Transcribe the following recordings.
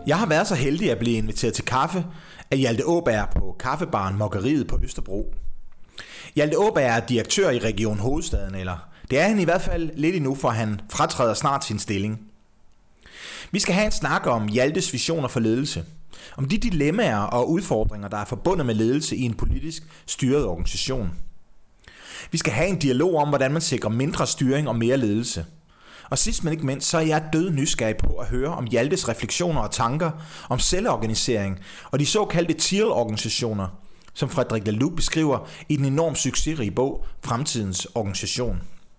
Jeg har været så heldig at blive inviteret til kaffe af Hjalte Åberg på kaffebaren Mokkeriet på Østerbro. Hjalte Åberg er direktør i Region Hovedstaden, eller det er han i hvert fald lidt endnu, for han fratræder snart sin stilling. Vi skal have en snak om Hjaltes visioner for ledelse, om de dilemmaer og udfordringer, der er forbundet med ledelse i en politisk styret organisation. Vi skal have en dialog om, hvordan man sikrer mindre styring og mere ledelse. Og sidst men ikke mindst, så er jeg død nysgerrig på at høre om Hjaltes refleksioner og tanker om selvorganisering og de såkaldte TEAL-organisationer, som Frédéric Laloux beskriver i den enormt succesrige bog Fremtidens Organisation.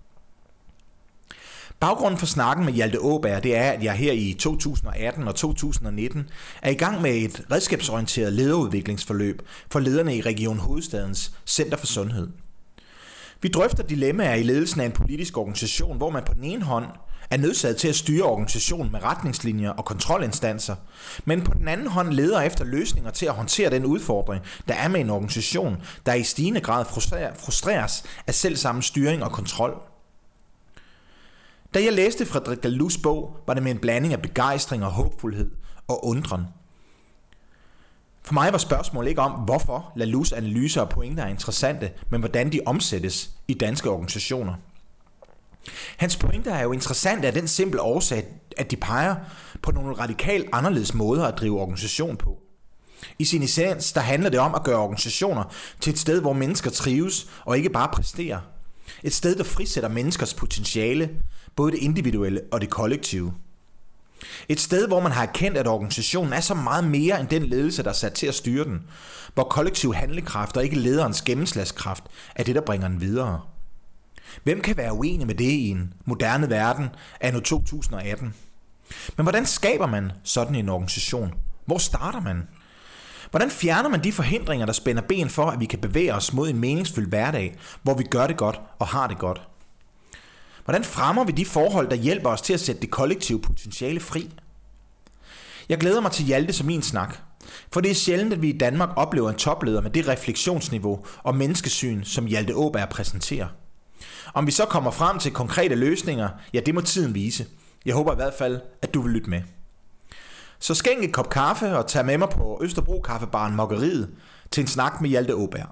Baggrunden for snakken med Hjalte Åberg, det er, at jeg her i 2018 og 2019 er i gang med et redskabsorienteret lederudviklingsforløb for lederne i Region Hovedstadens Center for Sundhed. Vi drøfter dilemmaer i ledelsen af en politisk organisation, hvor man på den ene hånd er nødsaget til at styre organisationen med retningslinjer og kontrolinstanser, men på den anden hånd leder efter løsninger til at håndtere den udfordring, der er med en organisation, der i stigende grad frustreres af selvsamme styring og kontrol. Da jeg læste Frédéric Laloux' bog, var det med en blanding af begejstring og håbfuldhed og undren. For mig var spørgsmålet ikke om, hvorfor Laloux' analyser og pointer er interessante, men hvordan de omsættes i danske organisationer. Hans pointer er jo interessante af den simple årsag, at de peger på nogle radikalt anderledes måder at drive organisation på. I sin essens, der handler det om at gøre organisationer til et sted, hvor mennesker trives og ikke bare præsterer. Et sted, der frisætter menneskers potentiale, både det individuelle og det kollektive. Et sted, hvor man har erkendt, at organisationen er så meget mere end den ledelse, der er sat til at styre den, hvor kollektiv handlekraft og ikke lederens gennemslagskraft er det, der bringer den videre. Hvem kan være uenig med det i en moderne verden anno 2018? Men hvordan skaber man sådan en organisation? Hvor starter man? Hvordan fjerner man de forhindringer, der spænder ben for, at vi kan bevæge os mod en meningsfyldt hverdag, hvor vi gør det godt og har det godt? Hvordan fremmer vi de forhold, der hjælper os til at sætte det kollektive potentiale fri? Jeg glæder mig til Hjalte som min snak, for det er sjældent, at vi i Danmark oplever en topleder med det refleksionsniveau og menneskesyn, som Hjalte Åberg præsenterer. Om vi så kommer frem til konkrete løsninger, ja, det må tiden vise. Jeg håber i hvert fald, at du vil lytte med. Så skænk et kop kaffe og tag med mig på Østerbro kaffebaren Mokkeriet til en snak med Hjalte Åberg.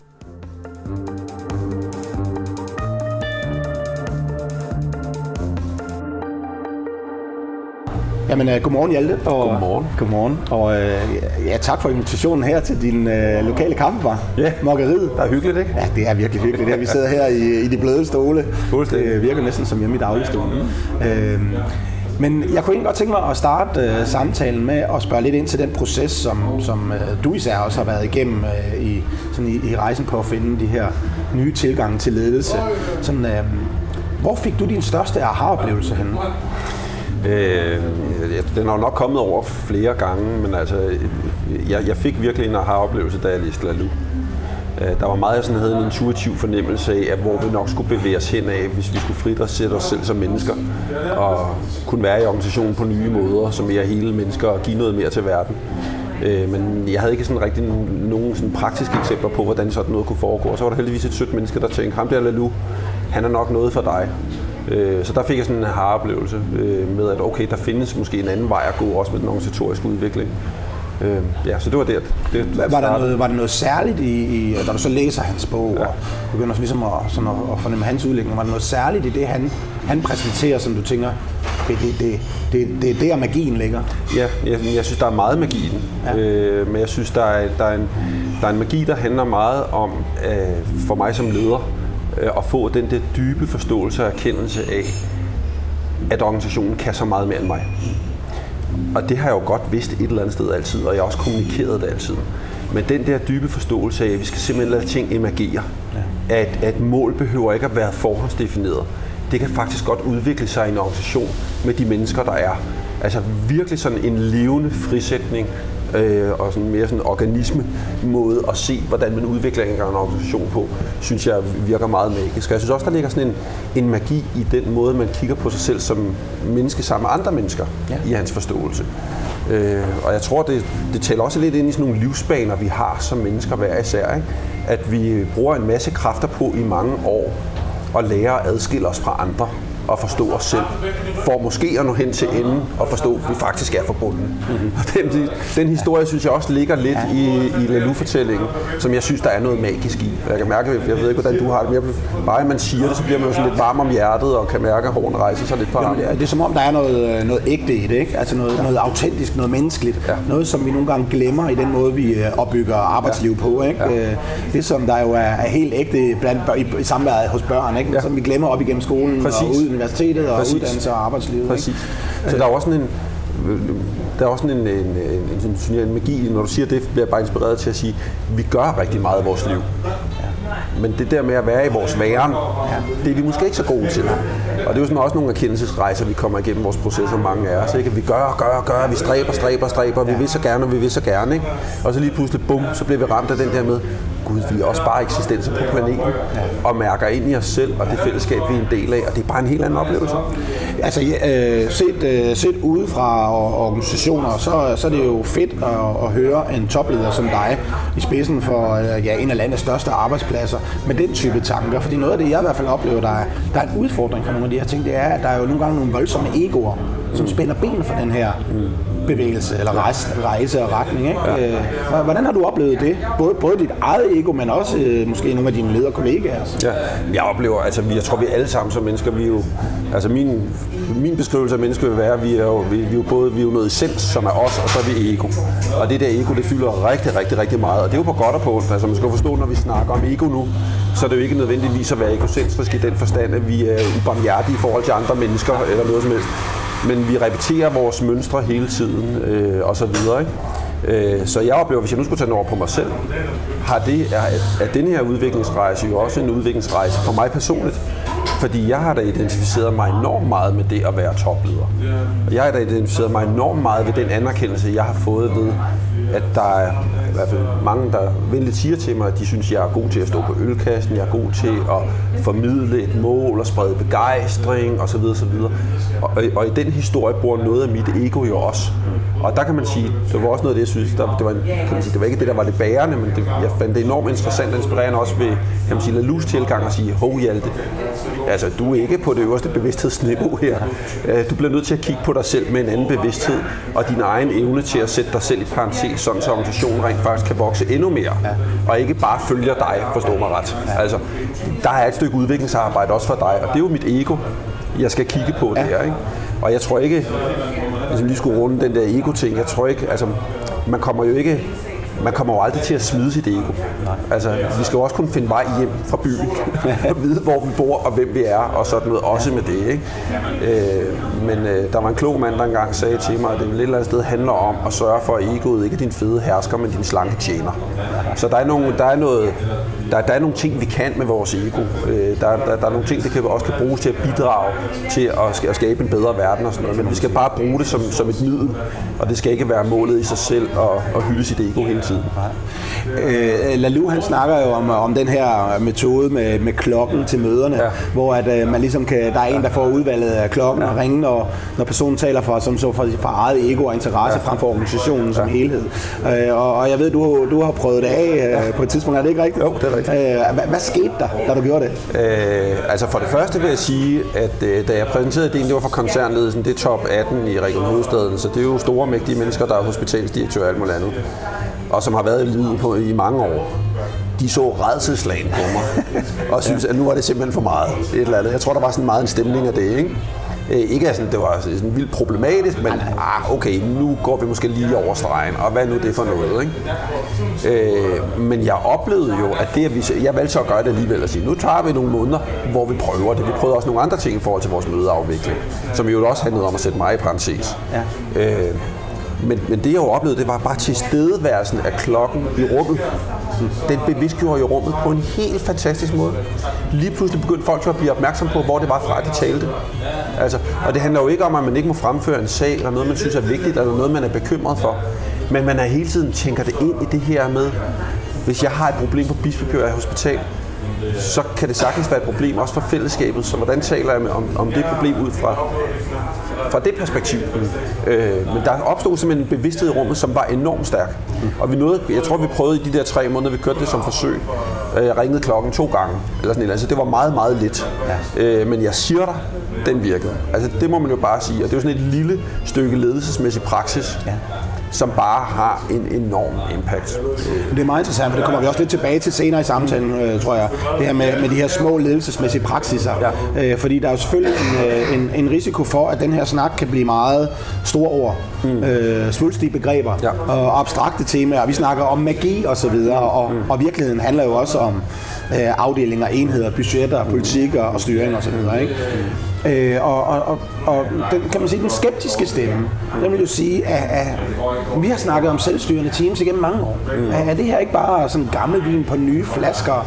Jamen, godmorgen Hjalte. Godmorgen. Og tak for invitationen her til din lokale kaffebar, Mokkeriet. Der er hyggeligt, ikke? Ja, det er virkelig hyggeligt. Her, vi sidder her i de bløde stole. Det virker næsten som hjemme i dagligstuen. Men jeg kunne egentlig godt tænke mig at starte samtalen med at spørge lidt ind til den proces, som du især også har været igennem i rejsen på at finde de her nye tilgange til ledelse. Hvor fik du din største aha-oplevelse henne? Den er jo nok kommet over flere gange, men altså, jeg fik virkelig en aha-oplevelse, da jeg læste Laloux. Der var meget, jeg sådan havde en intuitiv fornemmelse af, at hvor vi nok skulle bevæge os hen af, hvis vi skulle fritte os selv som mennesker, og kunne være i organisationen på nye måder, som mere hele mennesker og give noget mere til verden. Men jeg havde ikke sådan rigtig nogen sådan praktiske eksempler på, hvordan sådan noget kunne foregå. Så var der heldigvis et sødt menneske, der tænkte, ham der Laloux, han er nok noget for dig. Så der fik jeg sådan en aha-oplevelse med, at okay, der findes måske en anden vej at gå, også med den organisatoriske udvikling. Så det var det. Var der noget særligt da du så læser hans bog og begynder ligesom at fornemme hans udlægning, var der noget særligt i det, han præsenterer, som du tænker, okay, det er der magien ligger? Ja, jeg synes, der er meget magi i den. Ja. Men jeg synes, der er en magi, der handler meget om, for mig som leder, at få den der dybe forståelse og erkendelse af, at organisationen kan så meget mere end mig. Og det har jeg jo godt vidst et eller andet sted altid, og jeg har også kommunikeret det altid. Men den der dybe forståelse af, at vi skal simpelthen lade ting emergere. Ja. At mål behøver ikke at være forhåndsdefineret. Det kan faktisk godt udvikle sig i en organisation med de mennesker, der er. Altså virkelig sådan en levende frisætning og sådan mere sådan organisme måde at se, hvordan man udvikler en organisation på, synes jeg virker meget magisk. Jeg synes også, der ligger sådan en magi i den måde, man kigger på sig selv som menneske sammen med andre mennesker i hans forståelse. Og jeg tror, det tæller også lidt ind i sådan nogle livsbaner, vi har som mennesker hver især, ikke? At vi bruger en masse kræfter på i mange år og lærer at adskille os fra andre. at forstå os selv, for måske at nå hen til enden og forstå, at vi faktisk er forbundet. Og den historie, synes jeg også ligger lidt i Lalou-fortællingen, som jeg synes, der er noget magisk i. Jeg kan mærke, jeg ved ikke, hvordan du har det, men bare man siger det, så bliver man jo sådan lidt varm om hjertet og kan mærke, at hårene rejser sig lidt på ham. Det er som om, der er noget ægte i det, ikke? Altså noget autentisk, noget menneskeligt. Ja. Noget, som vi nogle gange glemmer i den måde, vi opbygger arbejdsliv på, ikke? Ja. Det, som der jo er helt ægte i samværet hos børn, ikke? Ja. Som vi glemmer op igennem skolen og ud i universitetet og uddannelse og arbejdslivet. Præcis. Ikke? Så der er også sådan en magi, når du siger det, bliver jeg bare inspireret til at sige, at vi gør rigtig meget i vores liv. Men det der med at være i vores væren, det er vi måske ikke så gode til. Og det er jo sådan også nogle erkendelsesrejser, vi kommer igennem vores processer, mange af os. Ikke? Vi gør, vi stræber, vi vil så gerne, og vi vil så gerne. Ikke? Og så lige pludselig, bum, så bliver vi ramt af den der med, Gud, vi er også bare eksistenser på planeten, og mærker ind i os selv, og det fællesskab, vi er en del af, og det er bare en helt anden oplevelse. Altså, set ude fra organisationer, så er det jo fedt at høre en topleder som dig i spidsen for en af landets største arbejdspladser med den type tanker. Fordi noget af det, jeg i hvert fald oplever, der er en udfordring for nogle af de her ting, det er, at der er jo nogle gange nogle voldsomme egoer, som spænder ben for den her bevægelse eller rejse og retning. Ikke? Ja. Hvordan har du oplevet det? Både dit eget ego, men også måske nogle af dine lederkollegaer? Ja, jeg oplever, altså jeg tror vi alle sammen som mennesker, vi er jo, altså min beskrivelse af mennesker vil være, vi er jo noget essens, som er os, og så er vi ego. Og det der ego, det fylder rigtig meget, og det er jo på godt og på ondt. Altså man skal forstå, når vi snakker om ego nu, så er det jo ikke nødvendigvis at være egocentrisk i den forstand, at vi er ubarmhjertige i forhold til andre mennesker eller noget som helst. Men vi repeterer vores mønstre hele tiden, og så videre, ikke? Så jeg oplever, hvis jeg nu skulle tage den over på mig selv, er den her udviklingsrejse jo også en udviklingsrejse for mig personligt. Fordi jeg har da identificeret mig enormt meget med det at være topleder. Og jeg har da identificeret mig enormt meget ved den anerkendelse, jeg har fået ved, at der er i hvert fald mange, der venligt siger til mig, at de synes, at jeg er god til at stå på ølkassen, jeg er god til at formidle et mål og sprede begejstring osv. Og i den historie bor noget af mit ego jo også. Og der kan man sige, det var også noget af det, jeg synes, det var ikke det, der var det bærende, men jeg fandt det enormt interessant og inspirerende også ved, kan man sige, Lalous tilgang og sige, hov Hjalte, altså du er ikke på det øverste bevidsthedsniveau her. Du bliver nødt til at kigge på dig selv med en anden bevidsthed, og din egen evne til at sætte dig selv i parentes, sådan så organisationen rent faktisk kan vokse endnu mere, og ikke bare følger dig, forstå mig ret. Altså, der er et stykke udviklingsarbejde også for dig, og det er jo mit ego, jeg skal kigge på det her, ikke? Og jeg tror ikke, hvis vi lige skulle runde den der ego-ting, jeg tror ikke, altså, man kommer jo aldrig til at smide sit ego. Nej. Altså, vi skal jo også kunne finde vej hjem fra byen, og vide, hvor vi bor og hvem vi er, og sådan noget, også med det, ikke? Men der var en klog mand, der engang sagde til mig, at det et eller andet sted handler om at sørge for, at egoet ikke er din fede hersker, men din slanke tjener. Så der er nogle ting, vi kan med vores ego. Der er nogle ting, det også kan bruges til at bidrage til at skabe en bedre verden og sådan noget, men vi skal bare bruge det som et middel, og det skal ikke være målet i sig selv at hylde sit ego hele tiden. Lalou, han snakker jo om den her metode med klokken til møderne, hvor at man ligesom der er en, der får udvalget af klokken og ringe, når personen taler for eget ego og interesse frem for organisationen som helhed. Og jeg ved, du har prøvet det af på et tidspunkt, er det ikke rigtigt? Jo, det er rigtigt. Hvad skete der, da du gjorde det? Altså for det første vil jeg sige, at da jeg præsenterede det, det var for koncernledelsen, det er top 18 i Region Hovedstaden, så det er jo store, mægtige mennesker, der er hospitalsdirektør og alt muligt andet, og som har været i livet i mange år. De så rædselslagen på mig, og synes, at nu var det simpelthen for meget. Et eller andet. Jeg tror, der var sådan meget en stemning af det, ikke? Ikke at det var sådan vildt problematisk, men okay, nu går vi måske lige over stregen, og hvad nu det for noget, ikke? Men jeg oplevede jo, at jeg valgte så at gøre det alligevel, at sige, nu tager vi nogle måneder, hvor vi prøver det. Vi prøvede også nogle andre ting i forhold til vores mødeafvikling, som jo også handlede om at sætte mig i parentes. Ja. Men det jeg jo oplevede, det var bare tilstedeværelsen af klokken i rummet. Den bevidstgjorde jo rummet på en helt fantastisk måde. Lige pludselig begyndte folk at blive opmærksom på, hvor det var fra, de talte. Altså, og det handler jo ikke om, at man ikke må fremføre en sag, eller noget, man synes er vigtigt, eller noget, man er bekymret for. Men man er hele tiden tænker det ind i det her med, hvis jeg har et problem på Bispebjerg Hospital, så kan det sagtens være et problem også for fællesskabet. Så hvordan taler jeg om det problem ud fra det perspektiv? Men der opstod simpelthen en bevidsthed i rummet, som var enormt stærk. Og jeg tror, vi prøvede i de der 3 måneder, vi kørte det som forsøg, Jeg ringede klokken 2 gange, eller sådan noget. Altså, det var meget, meget lidt. Ja. Men jeg siger dig, den virkede. Altså, det må man jo bare sige. Og det er jo sådan et lille stykke ledelsesmæssig praksis, som bare har en enorm impact. Det er meget interessant, for det kommer vi også lidt tilbage til senere i samtalen, tror jeg. Det her med de her små ledelsesmæssige praksiser. Ja. Fordi der er jo selvfølgelig en risiko for, at den her snak kan blive meget store ord. Svulstige begreber og abstrakte temaer. Vi snakker om magi og så videre, og virkeligheden handler jo også om afdelinger, enheder, budgetter, politikker og styring og så videre, ikke? Og den, kan man sige, den skeptiske stemme, den vil jo sige, at vi har snakket om selvstyrende teams igennem mange år. Er det her ikke bare sådan gammel vin på nye flasker?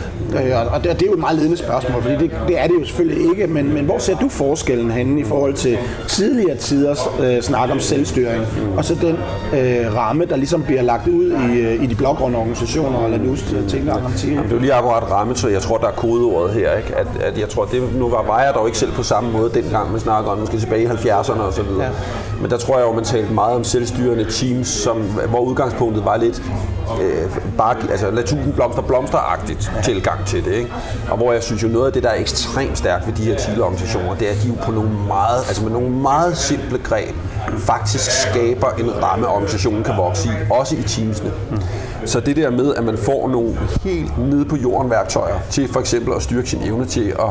Og det er jo et meget ledende spørgsmål, fordi det er det jo selvfølgelig ikke, men hvor ser du forskellen henne i forhold til tidligere tiders snak om selvstyring, og så den ramme, der ligesom bliver lagt ud i de blågrønne organisationer, eller nu tænker om team? Det er jo lige akkurat ramme, så jeg tror, der er kodeordet her, ikke? At jeg tror, nu var jeg dog ikke selv på samme måde dengang, man snakker om, måske tilbage i 70'erne og så videre. Ja. Men der tror jeg jo, man talte meget om selvstyrende teams, hvor udgangspunktet var lidt bare, altså lad tusind blomsteragtigt tilgang til det, ikke? Og hvor jeg synes jo noget af det, der er ekstremt stærkt ved de her TIL-organisationer, det er, at de jo på nogle meget, altså med nogle meget simple greb faktisk skaber en ramme, organisationen kan vokse i, også i teamsene. Så det der med, at man får nogle helt nede på jorden værktøjer til for eksempel at styrke sin evne til at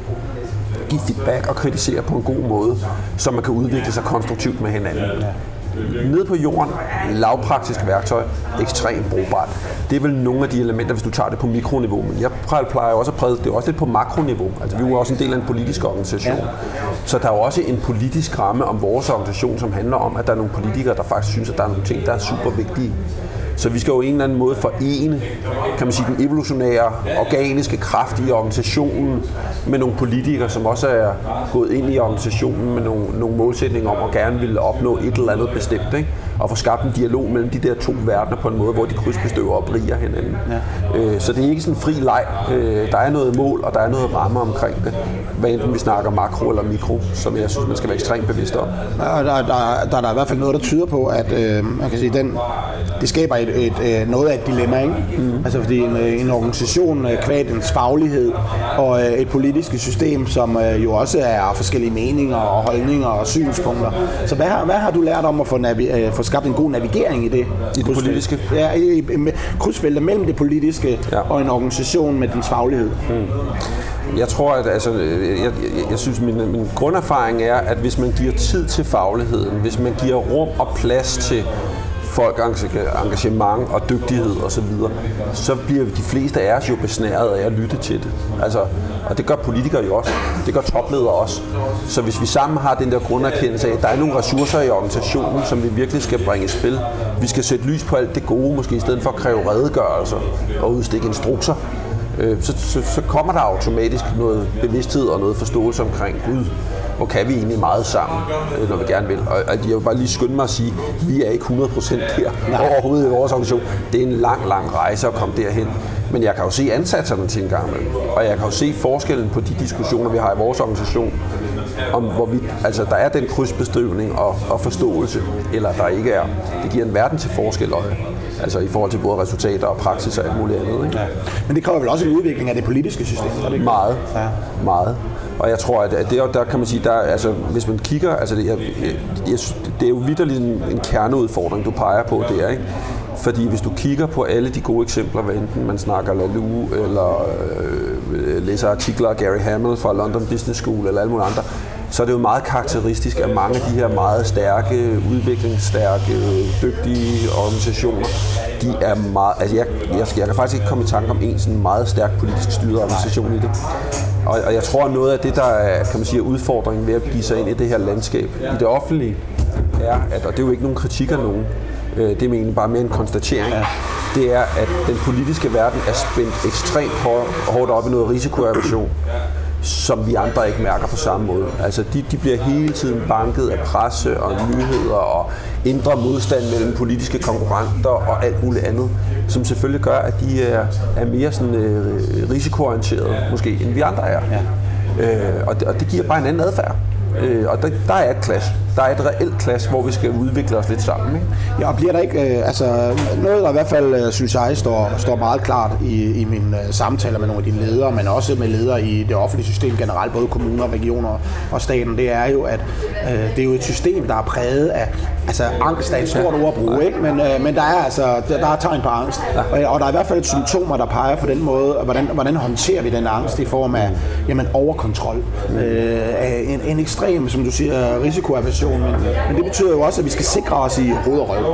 give feedback og kritisere på en god måde, så man kan udvikle sig konstruktivt med hinanden. Nede på jorden, lavpraktisk værktøj, ekstremt brugbart. Det er vel nogle af de elementer, hvis du tager det på mikroniveau. Men jeg plejer også at prædike det også lidt på makroniveau. Altså vi er jo også en del af en politisk organisation. Ja. Så der er jo også en politisk ramme om vores organisation, som handler om, at der er nogle politikere, der faktisk synes, at der er nogle ting, der er super vigtige. Så vi skal jo en eller anden måde forene, kan man sige, den evolutionære, organiske kraft i organisationen med nogle politikere, som også er gået ind i organisationen med nogle målsætninger om at gerne ville opnå et eller andet bestemt, ikke? Og få skabt en dialog mellem de der to verdener på en måde, hvor de krydsbestøver og briger hinanden. Ja. Så det er ikke sådan en fri leg. Der er noget mål, og der er noget ramme omkring det. Hvad enten vi snakker makro eller mikro, som jeg synes, man skal være ekstremt bevidst om. Ja, der er i hvert fald noget, der tyder på, at man kan sige, det skaber noget af et dilemma, ikke? Altså fordi en organisation kvad dens faglighed og et politisk system, som jo også er forskellige meninger og holdninger og synspunkter. Så hvad har du lært om at få skabt en god navigering i det? I det politiske? Ja, i krydsfeltet mellem det politiske og en organisation med dens faglighed. Jeg tror, at jeg synes, min grunderfaring er, at hvis man giver tid til fagligheden, hvis man giver rum og plads til folk engagement og dygtighed og så videre, så bliver de fleste af os jo besnæret af at lytte til det. Altså, og det gør politikere jo også. Det gør topledere også. Så hvis vi sammen har den der grunderkendelse af, at der er nogle ressourcer i organisationen, som vi virkelig skal bringe i spil. Vi skal sætte lys på alt det gode, måske i stedet for at kræve redegørelser og udstikke instrukser. Så kommer der automatisk noget bevidsthed og noget forståelse omkring, Gud, hvor kan vi egentlig meget sammen, når vi gerne vil. Og jeg vil bare lige skynde mig at sige, at vi er ikke 100% der overhovedet i vores organisation. Det er en lang, lang rejse at komme derhen. Men jeg kan jo se ansatserne til en gang imellem. Og jeg kan jo se forskellen på de diskussioner, vi har i vores organisation, om hvorvidt altså, der er den krydsbeskrivning og forståelse, eller der ikke er. Det giver en verden til forskel, altså i forhold til både resultater og praksis og alt muligt andet. Ikke? Ja. Men det kræver vel også en udvikling af det politiske system? Ikke? Meget. Ja. Meget. Og jeg tror, at der kan man sige, der, altså, hvis man kigger, altså, det er jo vitterligt en kerneudfordring, du peger på der, ikke? Fordi hvis du kigger på alle de gode eksempler, hvad enten man snakker Lalou eller læser artikler af Gary Hamel fra London Business School eller alle mulige andre, så er det jo meget karakteristisk, at mange af de her meget stærke, udviklingsstærke, dygtige organisationer, de er meget, altså jeg kan faktisk ikke komme i tanke om en sådan meget stærk politisk styret organisation i det. Og jeg tror, at noget af det, der er, kan man sige, udfordringen ved at give sig ind i det her landskab i det offentlige, er, at, og det er jo ikke nogen kritik af nogen, det er egentlig bare mere en konstatering, det er, at den politiske verden er spændt ekstremt hårdt op i noget risikoaversion, som vi andre ikke mærker på samme måde. Altså de bliver hele tiden banket af presse og nyheder og indre modstand mellem politiske konkurrenter og alt muligt andet, som selvfølgelig gør, at de er mere sådan risikoorienterede måske, end vi andre er. Ja. Og det giver bare en anden adfærd. Og der er et clash. Der er et reelt clash, hvor vi skal udvikle os lidt sammen. Ikke? Ja, og bliver der ikke, noget der i hvert fald, synes jeg, står meget klart i mine samtaler med nogle af dine ledere, men også med ledere i det offentlige system generelt, både kommuner, regioner og staten, det er jo, at det er jo et system, der er præget af, angst er et stort ord at bruge, ikke? Men der er tegn på angst, og der er i hvert fald symptomer, der peger på den måde, hvordan håndterer vi den angst i form af overkontrol, en ekstrem, som du siger, risikoaversion, men det betyder jo også, at vi skal sikre os i hoved og røv,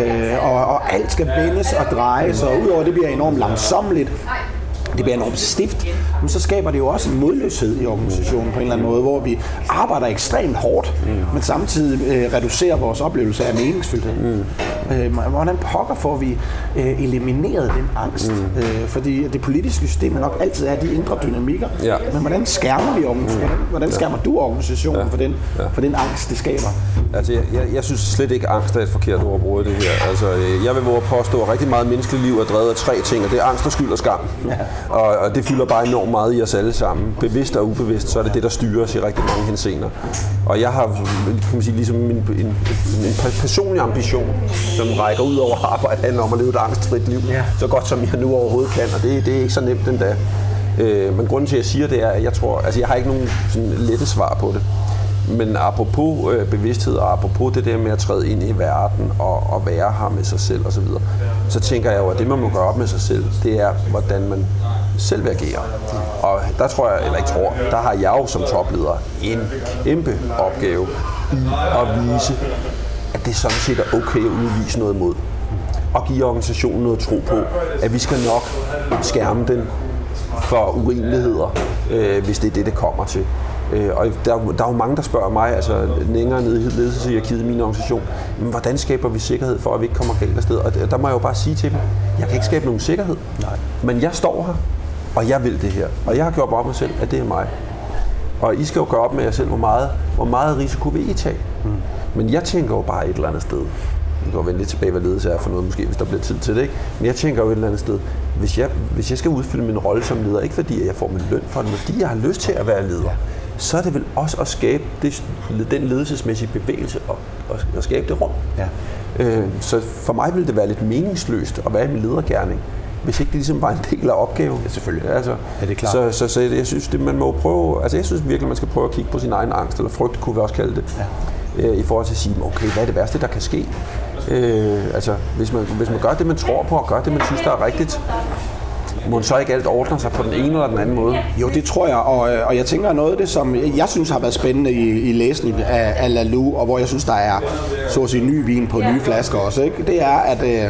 og alt skal vendes og drejes, og udover det bliver enormt langsommeligt, det bliver enormt stift, men så skaber det jo også en modløshed i organisationen på en eller anden måde, hvor vi arbejder ekstremt hårdt, men samtidig reducerer vores oplevelse af meningsfuldhed. Hvordan pokker får vi elimineret den angst? Fordi det politiske system nok altid er de indre dynamikker, men hvordan skærmer vi organisationen? Hvordan skærmer du organisationen for den angst, det skaber? Altså, jeg synes slet ikke, at angst er et forkert ord at bruge det her. Altså, jeg vil våge at påstå, at rigtig meget menneskeligt liv er drevet af 3 ting, og det er angst og skyld og skam. Og det fylder bare enormt meget i os alle sammen. Bevidst og ubevidst, så er det det, der styrer os i rigtig mange henseender. Og jeg har, kan man sige, ligesom en personlig ambition, som rækker ud over arbejde, handler om at leve et angstfrit liv, så godt som jeg nu overhovedet kan, og det er ikke så nemt endda. Men grunden til, at jeg siger det er, at jeg har ikke nogen sådan lette svar på det. Men apropos bevidsthed og apropos det der med at træde ind i verden og være her med sig selv osv., så tænker jeg jo, at det man må gøre op med sig selv, det er, hvordan man selv vil agere. Og der tror jeg, eller ikke tror, der har jeg jo som topleder en kæmpe opgave at vise, at det sådan set er okay at udvise noget mod. Og give organisationen noget tro på, at vi skal nok skærme den for urimeligheder, hvis det er det kommer til. Og der er jo mange, der spørger mig, altså længere nede i ledelseshierarkiet i min organisation, men hvordan skaber vi sikkerhed for, at vi ikke kommer galt afsted? Og der må jeg jo bare sige til dem, jeg kan ikke skabe nogen sikkerhed. Nej. Men jeg står her, og jeg vil det her. Og jeg har gjort op med mig selv, at det er mig. Og I skal jo gøre op med jer selv, hvor meget risiko vil I tage. Men jeg tænker jo bare et eller andet sted. Vi kan jo vende lidt tilbage, hvad ledelse er for noget, måske, hvis der bliver tid til det, ikke? Men jeg tænker jo et eller andet sted, hvis jeg skal udfylde min rolle som leder, ikke fordi jeg får min løn for det, men fordi jeg har lyst til at være leder, så er det vel også at skabe den ledelsesmæssige bevægelse og skabe det rum. Ja. Så for mig ville det være lidt meningsløst at være i min ledergerning, hvis ikke det ligesom var en del af opgaven. Ja, selvfølgelig. Altså, ja, det er klart. Så jeg synes, det man må prøve, altså jeg synes virkelig, man skal prøve at kigge på sin egen angst, eller frygt, kunne vi også kalde det, i forhold til at sige, okay, hvad er det værste, der kan ske? Altså, hvis man gør det, man tror på, og gør det, man synes, der er rigtigt, må så ikke alt ordner sig på den ene eller den anden måde? Jo, det tror jeg, og jeg tænker noget af det, som jeg synes har været spændende i læsning af Lalou, og hvor jeg synes, der er så at sige ny vin på nye flasker også, ikke? Det er,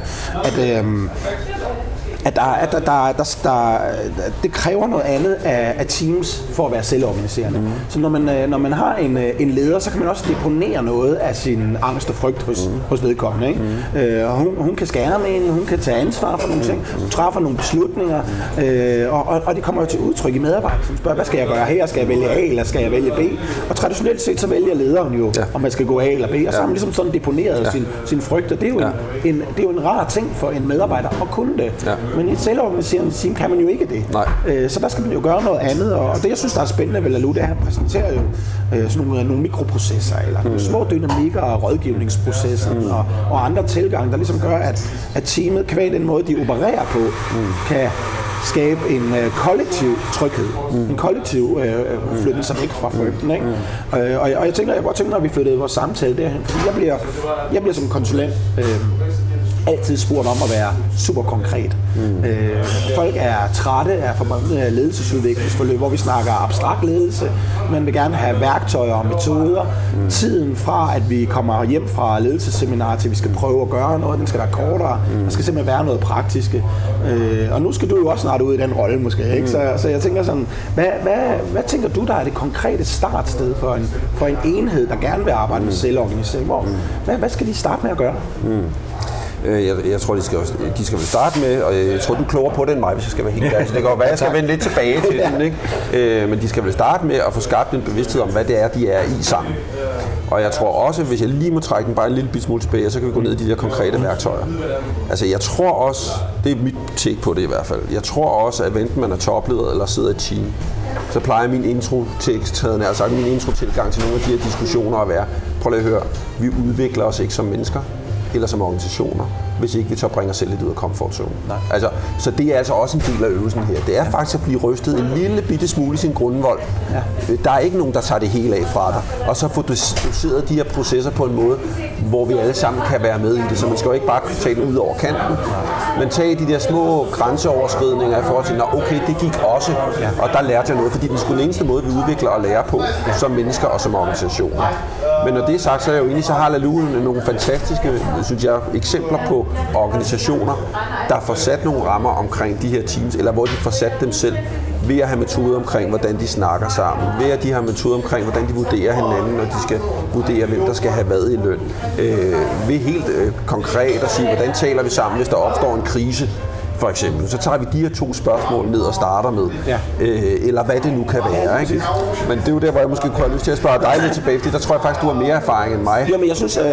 det kræver noget andet af teams for at være selvorganiserende. Så når man har en leder, så kan man også deponere noget af sin angst og frygt hos vedkommende. Ikke? Hun kan skære med en, hun kan tage ansvar for nogle ting, hun træffer nogle beslutninger, og det kommer jo til udtryk i medarbejderne, som spørger, hvad skal jeg gøre her? Skal jeg vælge A, eller skal jeg vælge B? Og traditionelt set, så vælger lederen jo, om man skal gå A eller B, og så har man ligesom sådan deponeret sin frygt, og det er jo en rar ting for en medarbejder at kunne det. Ja. Men i et selvorganiserende team kan man jo ikke det. Så der skal man jo gøre noget andet, og det jeg synes, der er spændende ved Lalou, det er, at han præsenterer jo sådan nogle mikroprocesser, eller nogle små dynamikker og rådgivningsprocesser og andre tilgange, der ligesom gør, at teamet, kvad den måde, de opererer på, kan skabe en kollektiv tryghed, en kollektiv flyttelse væk fra frygten. Ikke? Og jeg tænker, jeg godt tænker, når vi flyttede vores samtale derhen, fordi jeg bliver som konsulent altid spurgt om at være super konkret. Folk er trætte af ledelsesudviklingsforløb, hvor vi snakker abstrakt ledelse. Man vil gerne have værktøjer og metoder. Tiden fra, at vi kommer hjem fra ledelsesseminar til, vi skal prøve at gøre noget, den skal være kortere. Der skal simpelthen være noget praktiske. Og nu skal du jo også snart ud i den rolle måske. Ikke? Så jeg tænker sådan, hvad tænker du, der er det konkrete startsted for en enhed, der gerne vil arbejde med selvorganisering? Hvad skal de starte med at gøre? Jeg tror, de skal vel starte med, og jeg tror, du er klogere på det end mig, hvis jeg skal være helt ærlig. Så det kan godt være, jeg skal vende lidt tilbage til den, ikke? Men de skal vel starte med at få skabt en bevidsthed om, hvad det er, de er i sammen. Og jeg tror også, hvis jeg lige må trække den bare en lille bit smule tilbage, så kan vi gå ned i de der konkrete værktøjer. Altså jeg tror også, det er mit take på det i hvert fald, jeg tror også, at enten man er topleder eller sidder i et team, så plejer min intro-tilgang til nogle af de her diskussioner at være, prøv lige at høre, vi udvikler os ikke som mennesker eller som organisationer, hvis ikke vi tør bringe os selv lidt ud af comfort-zone. Altså, så det er altså også en del af øvelsen her. Det er faktisk at blive rystet en lille bitte smule i sin grundvold. Ja. Der er ikke nogen, der tager det hele af fra dig. Og så få doseret de her processer på en måde, hvor vi alle sammen kan være med i det. Så man skal jo ikke bare tage den ud over kanten, men tage de der små grænseoverskridninger i forhold til, okay, det gik også, og der lærte jeg noget, fordi det er sgu den eneste måde, vi udvikler og lærer på, som mennesker og som organisationer. Men når det er sagt, så er jeg jo egentlig, så har Laloo nogle fantastiske, synes jeg, eksempler på organisationer, der får sat nogle rammer omkring de her teams, eller hvor de får sat dem selv, ved at have metoder omkring, hvordan de snakker sammen, ved at de har metoder omkring, hvordan de vurderer hinanden, når de skal vurdere, hvem der skal have hvad i løn. Ved helt konkret at sige, hvordan taler vi sammen, hvis der opstår en krise, for eksempel. Så tager vi de her 2 spørgsmål ned og starter med. Ja. Eller hvad det nu kan være. Ikke? Men det er jo der, hvor jeg måske kunne have lyst til at spørge dig lidt tilbage, fordi der tror jeg faktisk, du har mere erfaring end mig. Jamen, jeg synes,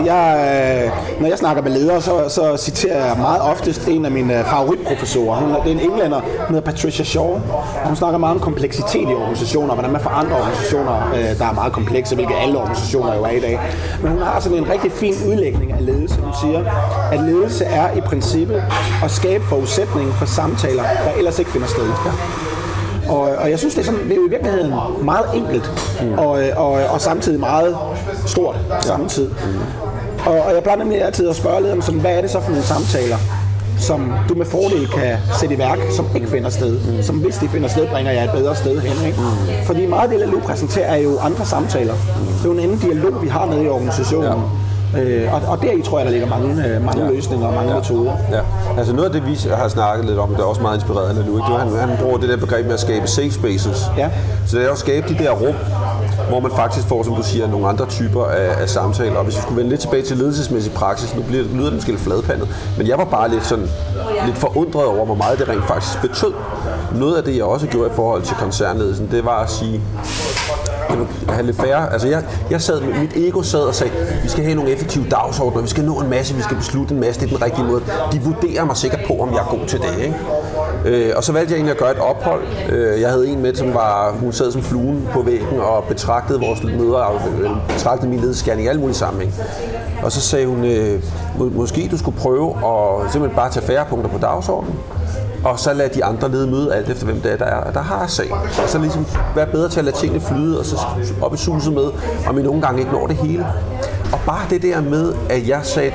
når jeg snakker med ledere, så citerer jeg meget oftest en af mine favoritprofessorer. Det er en englænder, hun hedder Patricia Shaw, og hun snakker meget om kompleksitet i organisationer, hvordan man får andre organisationer, der er meget komplekse, hvilket alle organisationer jo er i dag. Men hun har sådan en rigtig fin udlægning af ledelse. Hun siger, at ledelse er i princippet at skabe forudsætning for samtaler, der ellers ikke finder sted. Ja. Og jeg synes, det er jo i virkeligheden meget enkelt, og samtidig meget stort samtidig. Og jeg plejer nemlig altid at spørge lederen, sådan, hvad er det så for nogle samtaler, som du med fordel kan sætte i værk, som ikke finder sted. Som hvis de finder sted, bringer jeg et bedre sted hen. Ikke? Fordi meget af det, Laloo præsenterer, er jo andre samtaler. Det er jo en anden dialog, vi har nede i organisationen. Ja. Og deri tror jeg, der ligger mange løsninger og mange metoder. Ja. Altså noget af det, vi har snakket lidt om, det er også meget inspireret af Laloo. Han bruger det der begreb med at skabe safe spaces. Ja. Så det er at skabe de der rum, hvor man faktisk får, som du siger, nogle andre typer af samtaler. Og hvis vi skulle vende lidt tilbage til ledelsesmæssig praksis, nu lyder det måske lidt fladpandet, men jeg var bare lidt forundret over, hvor meget det rent faktisk betød. Noget af det, jeg også gjorde i forhold til koncernledelsen, det var at sige, have lidt færre. Altså jeg sad med mit ego og sagde, vi skal have nogle effektive dagsordner, vi skal nå en masse, vi skal beslutte en masse, det er den rigtige måde. De vurderer mig sikkert på, om jeg er god til det, ikke? Og så valgte jeg egentlig at gøre et ophold. Jeg havde en med, hun sad som fluen på væggen og betragtede vores møder, betragtede min ledelsesgerning i alle mulige sammenhæng. Og så sagde hun, måske du skulle prøve at simpelthen bare tage færre punkter på dagsordenen, og så lade de andre lede møde alt efter, hvem det er, der har sag. Og så ligesom være bedre til at lade tingene flyde, og så op i suset med, om I nogle gange ikke når det hele. Og bare det der med, at jeg sagde,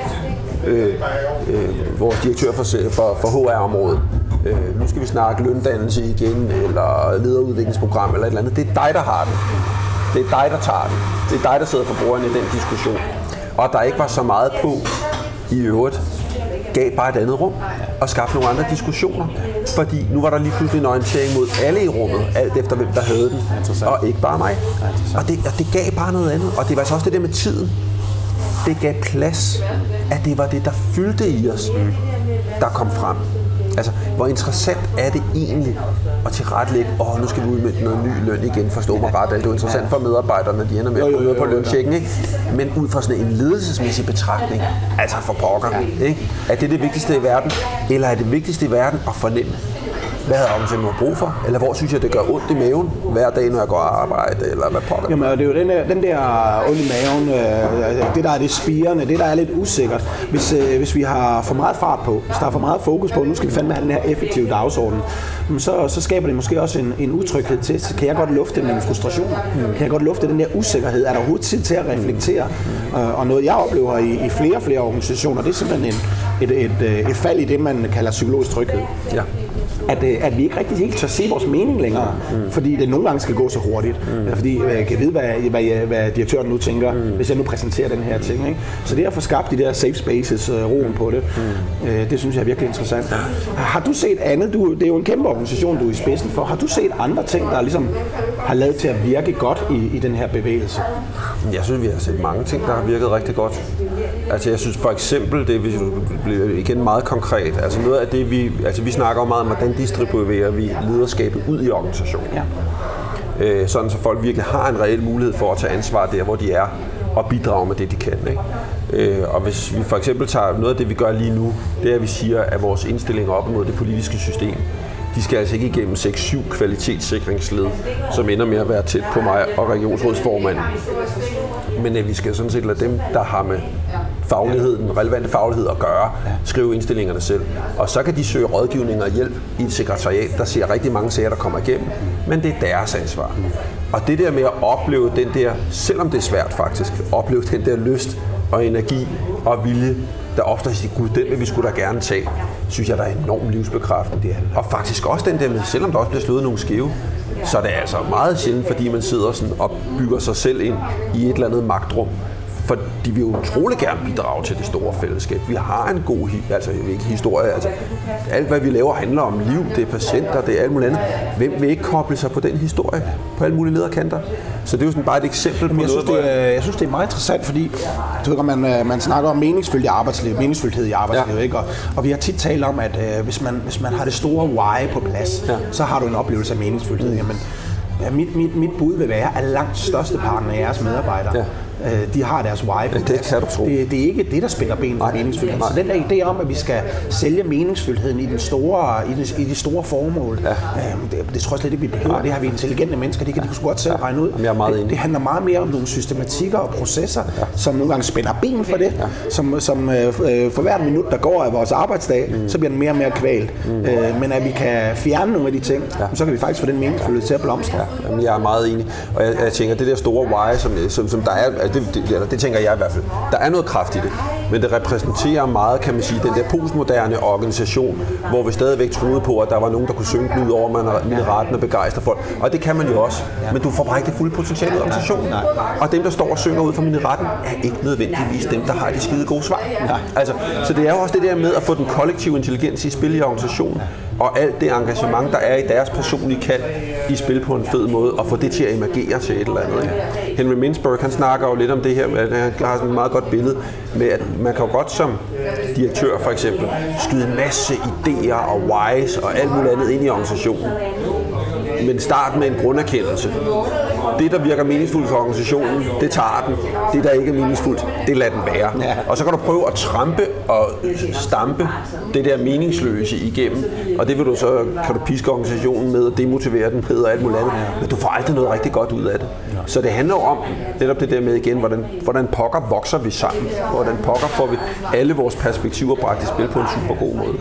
vores direktør for HR-området, nu skal vi snakke løndannelse igen, eller lederudviklingsprogram, eller et eller andet. Det er dig, der har den. Det er dig, der tager den. Det er dig, der sidder for bordene i den diskussion. Og der ikke var så meget på i øvrigt, gav bare et andet rum og skabte nogle andre diskussioner. Fordi nu var der lige pludselig en orientering mod alle i rummet, alt efter hvem der havde den, og ikke bare mig. Og det gav bare noget andet. Og det var så også det der med tiden. Det gav plads, at det var det, der fyldte i os, der kom frem. Altså, hvor interessant er det egentlig at tilrettelægge, nu skal vi ud med noget ny løn igen, forstå mig ret. Det er jo interessant for medarbejderne, når de ender med at komme ud på løntjekken, ikke? Men ud fra sådan en ledelsesmæssig betragtning, altså for pokker, ikke? Er det vigtigste i verden, eller er det vigtigste i verden at fornemme, hvad har organisationen brug for? Eller hvor synes jeg, det gør ondt i maven hver dag, når jeg går og arbejder, eller hvad pokker? Jamen, det er jo den der ondt i maven, det der er det spirende, det der er lidt usikkert. Hvis vi har for meget fart på, hvis der er for meget fokus på, nu skal vi fandme have den her effektive dagsorden, så skaber det måske også en utryghed til, kan jeg godt lufte mine frustrationer? Kan jeg godt lufte den der usikkerhed? Er der overhovedet tid til at reflektere? Og noget, jeg oplever i flere og flere organisationer, det er simpelthen et fald i det, man kalder psykologisk tryghed. Ja. At vi ikke rigtig helt tør se vores mening længere, fordi det nogle gange skal gå så hurtigt. Fordi jeg kan vide, hvad direktøren nu tænker, hvis jeg nu præsenterer den her ting. Ikke? Så det at få skabt de der safe spaces, roen på det, det synes jeg er virkelig interessant. Har du set andet? Det er jo en kæmpe organisation, du er i spidsen for. Har du set andre ting, der ligesom har lavet til at virke godt i den her bevægelse? Jeg synes, vi har set mange ting, der har virket rigtig godt. Altså jeg synes for eksempel, det bliver igen meget konkret, altså noget af det vi snakker om meget om, hvordan distribuerer vi lederskabet ud i organisationen. Ja. Sådan så folk virkelig har en reel mulighed for at tage ansvar der, hvor de er, og bidrage med det, de kan. Ikke? Og hvis vi for eksempel tager noget af det, vi gør lige nu, det er, at vi siger, at vores indstillinger op mod det politiske system, de skal altså ikke igennem 6-7 kvalitetssikringsled, som ender med at være tæt på mig og regionsrådsformanden. Men vi skal sådan set lade dem, der har med fagligheden, relevante faglighed at gøre, skrive indstillingerne selv. Og så kan de søge rådgivning og hjælp i et sekretariat, der ser rigtig mange sager, der kommer igennem. Men det er deres ansvar. Og det der med at opleve den der, selvom det er svært faktisk, opleve den der lyst og energi og vilje, der ofte siger, gud, den vil vi skulle da gerne tage, synes jeg, der er enormt livsbekræftende. Og faktisk også den der med, selvom der også bliver slået nogle skæve, så er det altså meget sjældent, fordi man sidder sådan og bygger sig selv ind i et eller andet magtrum. For de vil jo utrolig gerne bidrage til det store fællesskab. Vi har en god historie. Altså, alt, hvad vi laver, handler om liv, det er patienter, det er alt muligt andet. Hvem vil ikke koble sig på den historie på alle mulige lederkanter? Så det er jo sådan bare et eksempel på noget. Jeg synes, det er meget interessant, fordi man snakker om meningsfuldhed i arbejdslivet. Ikke? Og vi har tit talt om, at hvis man har det store why på plads, så har du en oplevelse af meningsfuldhed. Jamen, mit bud vil være, at langt størsteparten af jeres medarbejdere, de har deres why på plads. Det er ikke det, der spænder ben for meningsfuldhed. Så den der idé om, at vi skal sælge meningsfuldheden i i de store formål, det tror jeg slet ikke, vi behøver. Det har vi intelligente mennesker, det kan de sgu godt selv regne ud. Det handler meget mere om nogle systematikker og processer, som nogle gange spænder ben for det, som for hvert minut, der går af vores arbejdsdag, så bliver den mere og mere kvalt. Men at vi kan fjerne nogle af de ting, så kan vi faktisk få den meningsfuldhed til at blomstre. Jamen, jeg er meget enig. Og jeg tænker, det der store why, som der er, det tænker jeg i hvert fald. Der er noget kraft i det, men det repræsenterer meget, kan man sige, den der postmoderne organisation, hvor vi stadigvæk troede på, at der var nogen, der kunne synge ud over minderetten og begejstre folk. Og det kan man jo også, men du får bare ikke det fulde potentiale i organisationen. Og dem, der står og synger ud fra minderetten, er ikke nødvendigvis dem, der har de skide gode svar. Altså, så det er jo også det der med at få den kollektive intelligens i spil i organisationen, og alt det engagement, der er i deres personlige kald i spil på en fed måde, og få det til at emergere til et eller andet. Henry Mintzberg, han snakker jo lidt om det her, at han har sådan et meget godt billede med, at man kan jo godt som direktør for eksempel skyde en masse idéer og whys og alt muligt andet ind i organisationen. Men start med en grunderkendelse. Det, der virker meningsfuldt for organisationen, det tager den. Det, der ikke er meningsfuldt, det lader den være. Og så kan du prøve at trampe og stampe det der meningsløse igennem. Og det kan du piske organisationen med og demotivere den med og alt muligt andet. Men du får aldrig noget rigtig godt ud af det. Så det handler jo om netop det der med igen, hvordan pokker vokser vi sammen. Hvordan pokker får vi alle vores perspektiver bragt i spil på en super god måde.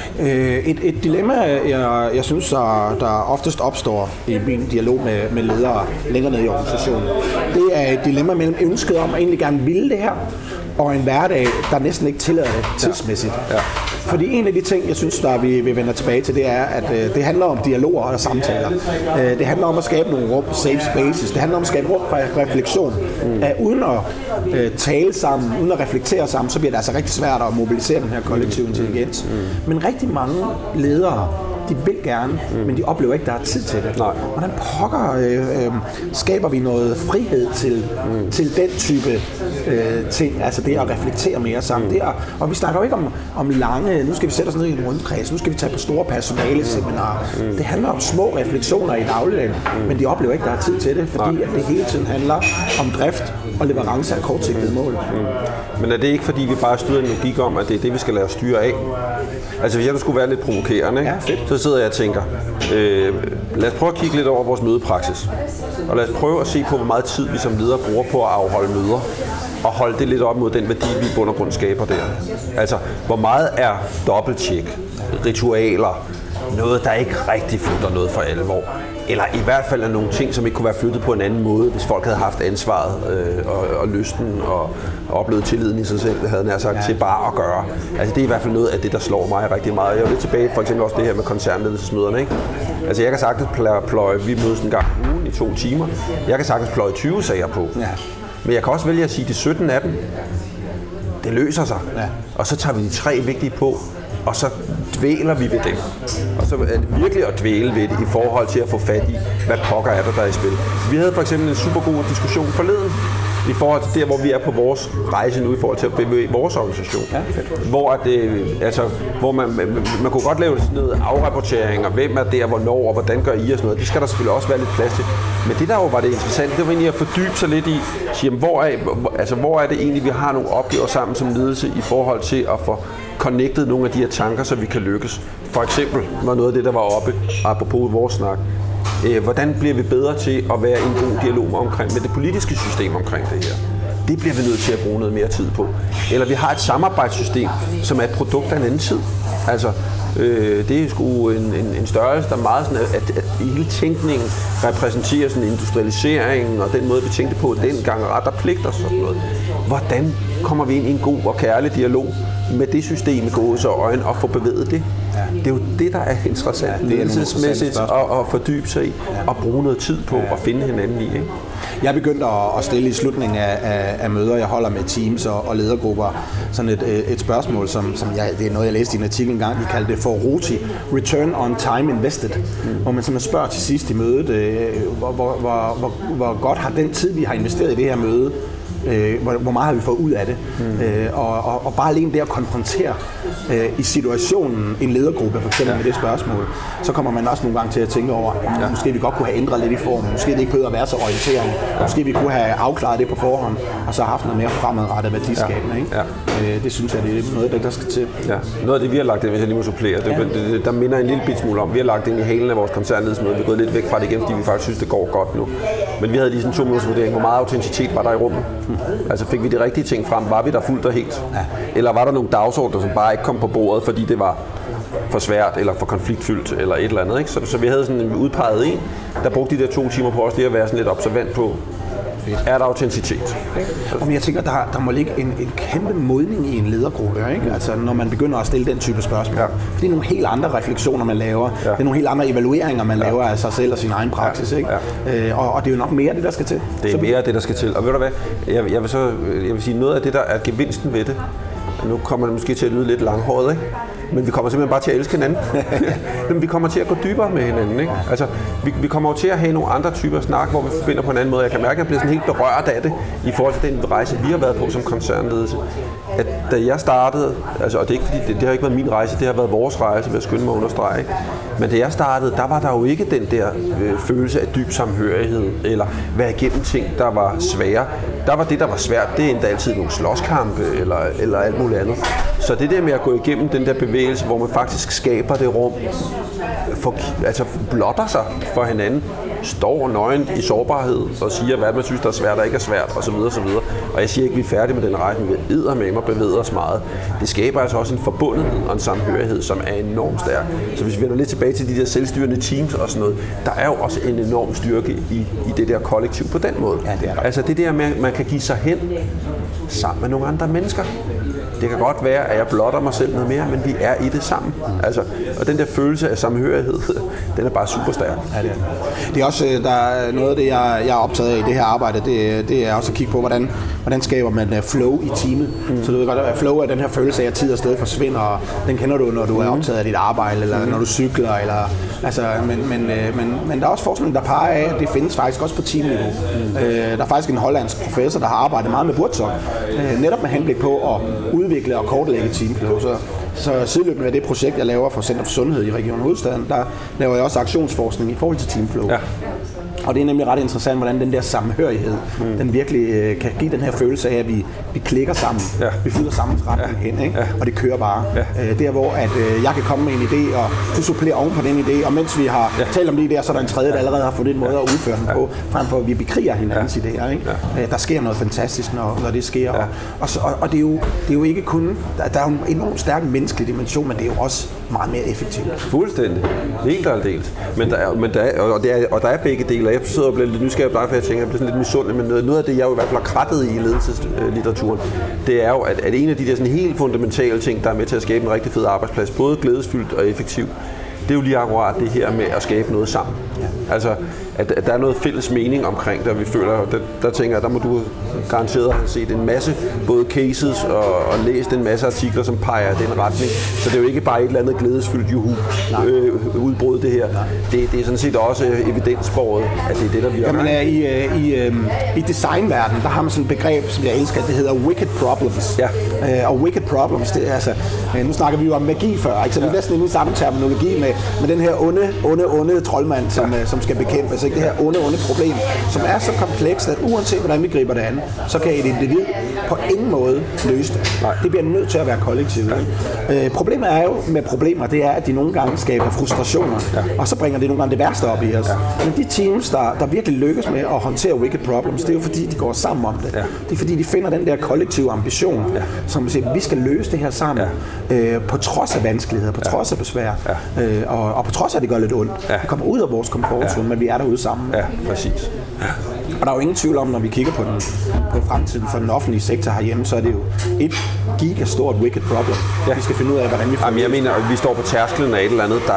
Et dilemma, jeg synes, der oftest opstår i min dialog med ledere længere ned i organisationen, det er et dilemma mellem ønsket om at egentlig gerne ville det her, og en hverdag, der næsten ikke tillader det tidsmæssigt. Fordi en af de ting, jeg synes, der vi vender tilbage til, det er, at det handler om dialoger og samtaler. Det handler om at skabe nogle rum, safe spaces. Det handler om at skabe rum for refleksion. Uden at tale sammen, uden at reflektere sammen, så bliver det altså rigtig svært at mobilisere den her kollektive intelligens. Men rigtig mange ledere, de vil gerne, men de oplever ikke, at der er tid til det. Hvordan pokker skaber vi noget frihed til den type ting, altså det at reflektere mere sammen. Og vi snakker jo ikke om lange, nu skal vi sætte os ned i en rundkreds, nu skal vi tage på store personaleseminarer. Det handler om små refleksioner i dagligdagen, men de oplever ikke, at der er tid til det, fordi at det hele tiden handler om drift og leverance af kortsigtede mål. Men er det ikke, fordi vi bare styrer en logik om, at det er det, vi skal lade os styre af? Altså hvis jeg skulle være lidt provokerende, ikke? Så sidder jeg og tænker, lad os prøve at kigge lidt over vores mødepraksis. Og lad os prøve at se på, hvor meget tid vi som ledere bruger på at afholde møder. Og holde det lidt op mod den værdi, vi i bund og grund skaber der. Altså, hvor meget er dobbelttjek, ritualer, noget, der ikke rigtig flytter noget for alvor. Eller i hvert fald er nogle ting, som ikke kunne være flyttet på en anden måde, hvis folk havde haft ansvaret og lysten og oplevet tilliden i sig selv, havde nær sagt, til bare at gøre. Altså det er i hvert fald noget af det, der slår mig rigtig meget. Jeg er lidt tilbage for eksempel også det her med koncernledelsesmøderne, ikke? Altså jeg kan sagtens pløje, vi mødes en gang om ugen i 2 timer. Jeg kan sagtens pløje 20 sager på. Men jeg kan også vælge at sige, at de 17 af dem, det løser sig. Og så tager vi de 3 vigtige på, og så dvæler vi ved dem. Og så er det virkelig at dvæle ved det i forhold til at få fat i, hvad pokker er der i spil. Vi havde for eksempel en super god diskussion forleden, i forhold til der, hvor vi er på vores rejse nu, i forhold til at bevæge vores organisation. Ja, hvor man kunne godt lave sådan noget afrapportering, og hvem er der, hvornår, og hvordan gør I og sådan noget. Det skal der selvfølgelig også være lidt plads til. Men det der jo var det interessante, det var egentlig at fordybe sig lidt i, sige, hvor er det egentlig, vi har nogle opgaver sammen som ledelse i forhold til at få connected nogle af de her tanker, så vi kan lykkes. For eksempel var noget af det, der var oppe, apropos vores snak. Hvordan bliver vi bedre til at være i en god dialog med det politiske system omkring det her? Det bliver vi nødt til at bruge noget mere tid på. Eller vi har et samarbejdssystem, som er et produkt af en anden tid. Altså, det er sgu en størrelse, der er meget sådan, at hele tænkningen repræsenterer sådan industrialiseringen og den måde, vi tænkte på dengang, ret og pligt og sådan noget. Hvordan kommer vi ind i en god og kærlig dialog med det system i gåse og øjne og få bevæget det? Ja. Det er jo det, der er interessant ledelsesmæssigt at fordybe sig i og bruge noget tid på at finde hinanden i. Ikke? Jeg er begyndt at stille i slutningen af møder, jeg holder med teams og ledergrupper, sådan et spørgsmål, som det er noget, jeg læste i en artikel engang, vi kaldte det for ROTI, Return on Time Invested, hvor man simpelthen spørger til sidst i mødet, hvor godt har den tid, vi har investeret i det her møde, hvor meget har vi fået ud af det. Og bare alene det at konfrontere i situationen en ledergruppe for eksempel med det spørgsmål, så kommer man også nogle gange til at tænke over, måske vi godt kunne have ændret lidt i formen, måske det ikke behøver at være så orienterende, måske vi kunne have afklaret det på forhånd, og så haft noget mere fremadrettet værdiskabende. Ikke? Det synes jeg, det er noget af det, der skal til. Ja. Noget af det, vi har lagt ind, hvis jeg lige må supplere, der minder en lille bit smule om, vi har lagt ind i halen af vores koncernledelsesmøde, vi er gået lidt væk fra det igen, fordi vi faktisk synes, det går godt nu. Men vi havde lige sådan 2 minutters vurdering, hvor meget autenticitet var der i rummet. Altså fik vi de rigtige ting frem? Var vi der fuldt og helt? Ja. Eller var der nogle dagsordner, som bare ikke kom på bordet, fordi det var for svært eller for konfliktfyldt eller et eller andet? Ikke? Så vi havde sådan en udpeget en, der brugte de der 2 timer på os lige at være sådan lidt observant på, er der autenticitet? Men jeg tænker, der må ligge en kæmpe modning i en ledergruppe, ikke? Altså, når man begynder at stille den type spørgsmål. Ja. Det er nogle helt andre refleksioner, man laver. Ja. Det er nogle helt andre evalueringer, man laver af sig selv og sin egen praksis. Ikke? Ja. Og det er jo nok mere det, der skal til. Det er mere det, der skal til. Og ved du hvad? Jeg vil sige, noget af det, der er gevinsten ved det, nu kommer det måske til at lyde lidt langhåret, ikke? Men vi kommer simpelthen bare til at elske hinanden. Men vi kommer til at gå dybere med hinanden. Ikke? Altså, vi kommer jo til at have nogle andre typer snak, hvor vi forbinder på en anden måde. Jeg kan mærke, at jeg bliver sådan helt berørt af det, i forhold til den rejse, vi har været på som koncernledelse. At da jeg startede, altså, og det er ikke fordi, det har ikke været min rejse, det har været vores rejse, vil jeg skynde mig at understrege. Ikke? Men da jeg startede, der var der jo ikke den der følelse af dyb samhørighed, eller være igennem ting, der var svære. Der var det, der var svært, det er endda altid nogle slåskampe, eller alt muligt andet. Så det der med at gå igennem den der bevægelse, hvor man faktisk skaber det rum, blotter sig for hinanden, står nøgent i sårbarhed og siger, hvad man synes, der er svært og ikke er svært, osv. Og jeg siger ikke, at vi er færdige med den rejse, men vi eddermame og bevæger os meget. Det skaber altså også en forbundethed og en samhørighed, som er enormt stærk. Så hvis vi vender lidt tilbage til de der selvstyrende teams og sådan noget, der er jo også en enorm styrke i det der kollektiv på den måde. Ja, det er der. Altså det der med, at man kan give sig hen sammen med nogle andre mennesker. Det kan godt være, at jeg blotter mig selv noget mere, men vi er i det sammen. Altså, og den der følelse af samhørighed, den er bare super stærk. Ja, det er. Det er også der er noget af det, jeg er optaget af i det her arbejde, det er også at kigge på, hvordan skaber man flow i teamet. Så du ved godt, at flow er den her følelse af, at tid og sted forsvinder, og den kender du, når du er optaget af dit arbejde, eller når du cykler, eller, altså, men der er også forskning, der peger af, at det findes faktisk også på teamniveau. Der er faktisk en hollandsk professor, der har arbejdet meget med Buurtzorg, netop med henblik på at udvikle og kortlægge teamflow. Så sideløbende med det projekt, jeg laver for Center for Sundhed i Region Hovedstaden, der laver jeg også aktionsforskning i forhold til teamflow. Ja. Og det er nemlig ret interessant, hvordan den der samhørighed, den virkelig kan give den her følelse af, at vi klikker sammen. Ja. Vi fylder sammens retning hen, ikke? Ja. Og det kører bare. Ja. Der hvor at jeg kan komme med en idé, og du supplerer oven på den idé, og mens vi har talt om det der, så er der en tredje, der allerede har fundet en måde at udføre den på, frem for at vi bekriger hinandens idéer. Ikke? Ja. Der sker noget fantastisk, når det sker. Ja. Og det er jo ikke kun, der er jo en enormt stærk menneskelig dimension, men det er jo også meget mere effektivt. Fuldstændig. Helt og aldeles. Der er begge dele. Jeg sidder og bliver lidt nysgerrig på dig, for jeg tænker, jeg bliver sådan lidt misundelig, men noget af det, jeg jo i hvert fald har krattet i ledelseslitteraturen, det er jo, at en af de der sådan helt fundamentale ting, der er med til at skabe en rigtig fed arbejdsplads, både glædesfyldt og effektiv, det er jo lige akkurat det her med at skabe noget sammen. Ja. Altså, at der er noget fælles mening omkring det, og vi føler, der tænker jeg, der må du garanteret have set en masse både cases og læst en masse artikler, som peger i den retning. Så det er jo ikke bare et eller andet glædesfyldt udbrud det her. Det er sådan set også evidensbåret, at det er det, der virker. Jamen, i designverdenen, der har man sådan et begreb, som jeg elsker, det hedder wicked problems. Ja. Og wicked problems, det er altså, nu snakker vi jo om magi før, ikke? Så vi er næsten inde i samme terminologi med den her onde troldmand, som skal bekæmpes. Ikke? Det her onde problem, som er så komplekst, at uanset hvordan vi griber det an, så kan et individ på ingen måde løse det. Det bliver nødt til at være kollektivt. Problemet er jo med problemer, det er, at de nogle gange skaber frustrationer, og så bringer det nogle gange det værste op i os. Men de teams, der virkelig lykkes med at håndtere wicked problems, det er jo fordi, de går sammen om det. Det er fordi, de finder den der kollektive ambition, som siger, vi skal løse det her sammen, på trods af vanskeligheder, på trods af besvær, og på trods af, at det gør lidt ondt. Vi kommer ud af vores komfortzone, men vi er derude sammen. Ja, præcis. Og der er jo ingen tvivl om, når vi kigger på fremtiden for den offentlige sektor herhjemme, så er det jo et gigastort wicked problem. Vi skal finde ud af, hvordan vi får. Jeg mener, at vi står på tærsklen af et eller andet,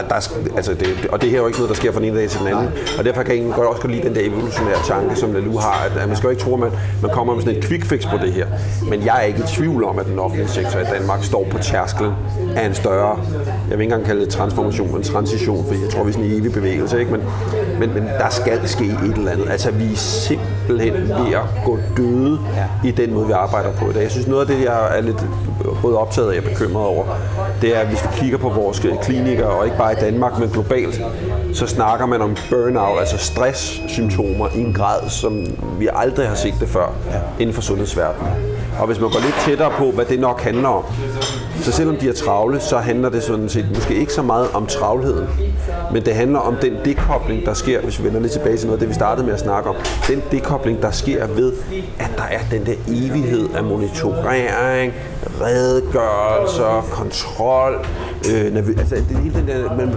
og det her er jo ikke noget, der sker fra den ene dag til den anden. Og derfor kan jeg også godt lide den der evolutionære tanke, som Lalou har, at man skal jo ikke tro, at man kommer med sådan et quick fix på det her. Men jeg er ikke i tvivl om, at den offentlige sektor i Danmark står på tærsklen af en større, jeg vil ikke engang kalde det transformation, men transition, for jeg tror, vi er sådan en evig bevægelse, ikke? Men der skal ske et eller andet. Altså, vi er simpelthen ved at gå døde i den måde, vi arbejder på i dag. Jeg synes, noget af det, jeg er lidt både optaget af og bekymret over, det er, at hvis vi kigger på vores klinikker, og ikke bare i Danmark, men globalt, så snakker man om burnout, altså stresssymptomer i en grad, som vi aldrig har set det før inden for sundhedsverdenen. Og hvis man går lidt tættere på, hvad det nok handler om, så selvom de er travle, så handler det sådan set måske ikke så meget om travlheden, men det handler om den dekobling, der sker, hvis vi vender lidt tilbage til noget af det, vi startede med at snakke om. Den dekobling, der sker ved, at der er den der evighed af monitorering, redegørelser, kontrol. Altså, det er hele den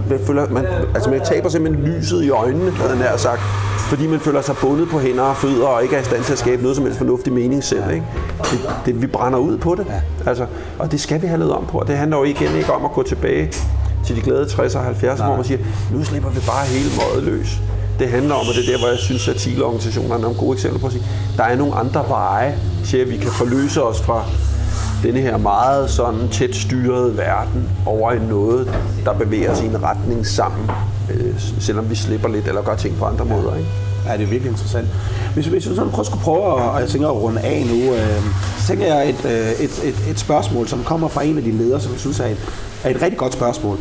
der, man taber simpelthen lyset i øjnene, havde jeg nær sagt, fordi man føler sig bundet på hænder og fødder og ikke er i stand til at skabe noget som helst fornuftig mening selv. Ikke? Vi brænder ud på det, altså, og det skal vi have lavet om på. Og det handler jo ikke om at gå tilbage til de glade 60'erne og 70'erne, hvor man siger, nu slipper vi bare hele møget løs. Det handler om, og det er der, hvor jeg synes, at TIL-organisationerne er nogle gode eksempler på at sige, der er nogle andre veje til, at vi kan forløse os fra denne her meget sådan tæt styrede verden over i noget, der bevæger sig i en retning sammen, selvom vi slipper lidt eller gør ting på andre måder. Ikke? Ja, det er virkelig interessant. Hvis vi sådan skulle prøve at runde af nu, så tænker jeg et spørgsmål, som kommer fra en af de ledere, som jeg synes er et rigtig godt spørgsmål.